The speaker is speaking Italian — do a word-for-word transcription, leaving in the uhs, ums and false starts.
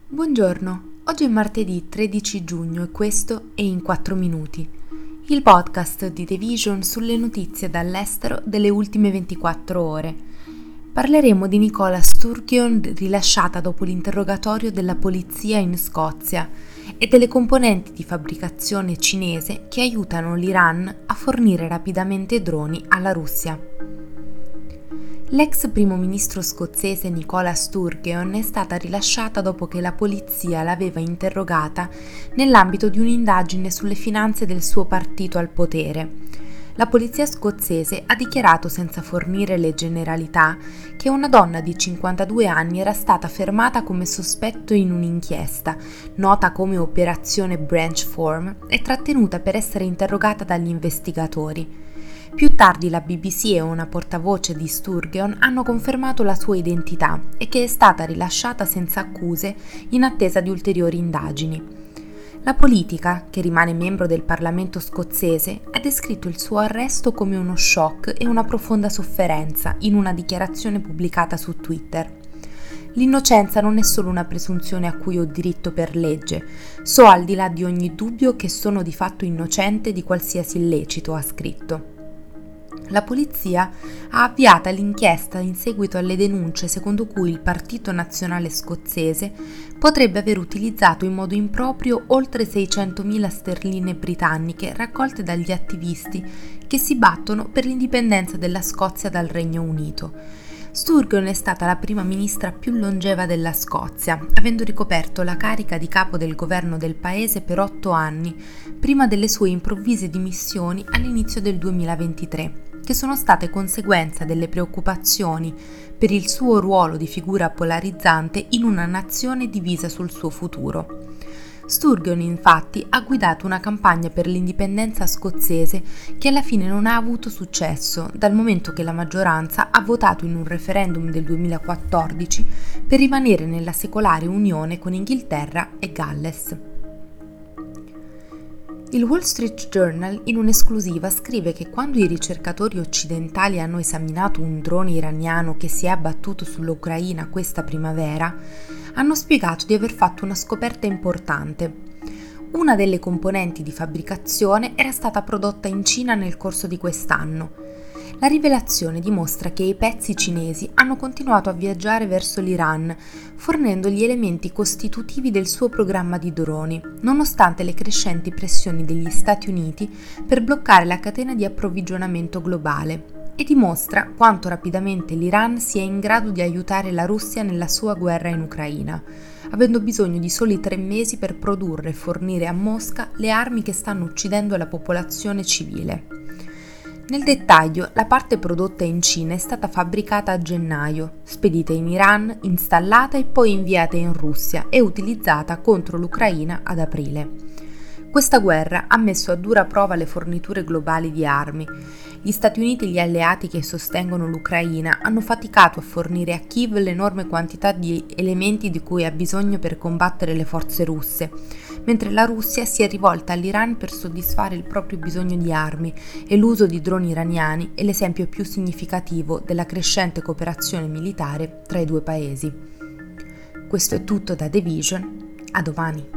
Buongiorno, oggi è martedì tredici giugno e questo è In quattro minuti, il podcast di The Vision sulle notizie dall'estero delle ultime ventiquattro ore. Parleremo di Nicola Sturgeon, rilasciata dopo l'interrogatorio della polizia in Scozia, e delle componenti di fabbricazione cinese che aiutano l'Iran a fornire rapidamente droni alla Russia. L'ex primo ministro scozzese Nicola Sturgeon è stata rilasciata dopo che la polizia l'aveva interrogata nell'ambito di un'indagine sulle finanze del suo partito al potere. La polizia scozzese ha dichiarato, senza fornire le generalità, che una donna di cinquantadue anni era stata fermata come sospetto in un'inchiesta, nota come Operazione Branchform, e trattenuta per essere interrogata dagli investigatori. Più tardi la B B C e una portavoce di Sturgeon hanno confermato la sua identità e che è stata rilasciata senza accuse in attesa di ulteriori indagini. La politica, che rimane membro del Parlamento scozzese, ha descritto il suo arresto come uno shock e una profonda sofferenza in una dichiarazione pubblicata su Twitter. L'innocenza non è solo una presunzione a cui ho diritto per legge, so al di là di ogni dubbio che sono di fatto innocente di qualsiasi illecito, ha scritto. La polizia ha avviato l'inchiesta in seguito alle denunce secondo cui il Partito Nazionale Scozzese potrebbe aver utilizzato in modo improprio oltre seicentomila sterline britanniche raccolte dagli attivisti che si battono per l'indipendenza della Scozia dal Regno Unito. Sturgeon è stata la prima ministra più longeva della Scozia, avendo ricoperto la carica di capo del governo del paese per otto anni, prima delle sue improvvise dimissioni all'inizio del duemilaventitré, che sono state conseguenza delle preoccupazioni per il suo ruolo di figura polarizzante in una nazione divisa sul suo futuro. Sturgeon infatti ha guidato una campagna per l'indipendenza scozzese che alla fine non ha avuto successo, dal momento che la maggioranza ha votato in un referendum del duemilaquattordici per rimanere nella secolare unione con Inghilterra e Galles. Il Wall Street Journal in un'esclusiva scrive che quando i ricercatori occidentali hanno esaminato un drone iraniano che si è abbattuto sull'Ucraina questa primavera, hanno spiegato di aver fatto una scoperta importante. Una delle componenti di fabbricazione era stata prodotta in Cina nel corso di quest'anno. La rivelazione dimostra che i pezzi cinesi hanno continuato a viaggiare verso l'Iran, fornendo gli elementi costitutivi del suo programma di droni, nonostante le crescenti pressioni degli Stati Uniti per bloccare la catena di approvvigionamento globale, e dimostra quanto rapidamente l'Iran sia in grado di aiutare la Russia nella sua guerra in Ucraina, avendo bisogno di soli tre mesi per produrre e fornire a Mosca le armi che stanno uccidendo la popolazione civile. Nel dettaglio, la parte prodotta in Cina è stata fabbricata a gennaio, spedita in Iran, installata e poi inviata in Russia e utilizzata contro l'Ucraina ad aprile. Questa guerra ha messo a dura prova le forniture globali di armi. Gli Stati Uniti e gli alleati che sostengono l'Ucraina hanno faticato a fornire a Kiev l'enorme quantità di elementi di cui ha bisogno per combattere le forze russe, mentre la Russia si è rivolta all'Iran per soddisfare il proprio bisogno di armi, e l'uso di droni iraniani è l'esempio più significativo della crescente cooperazione militare tra i due paesi. Questo è tutto da The Vision, a domani.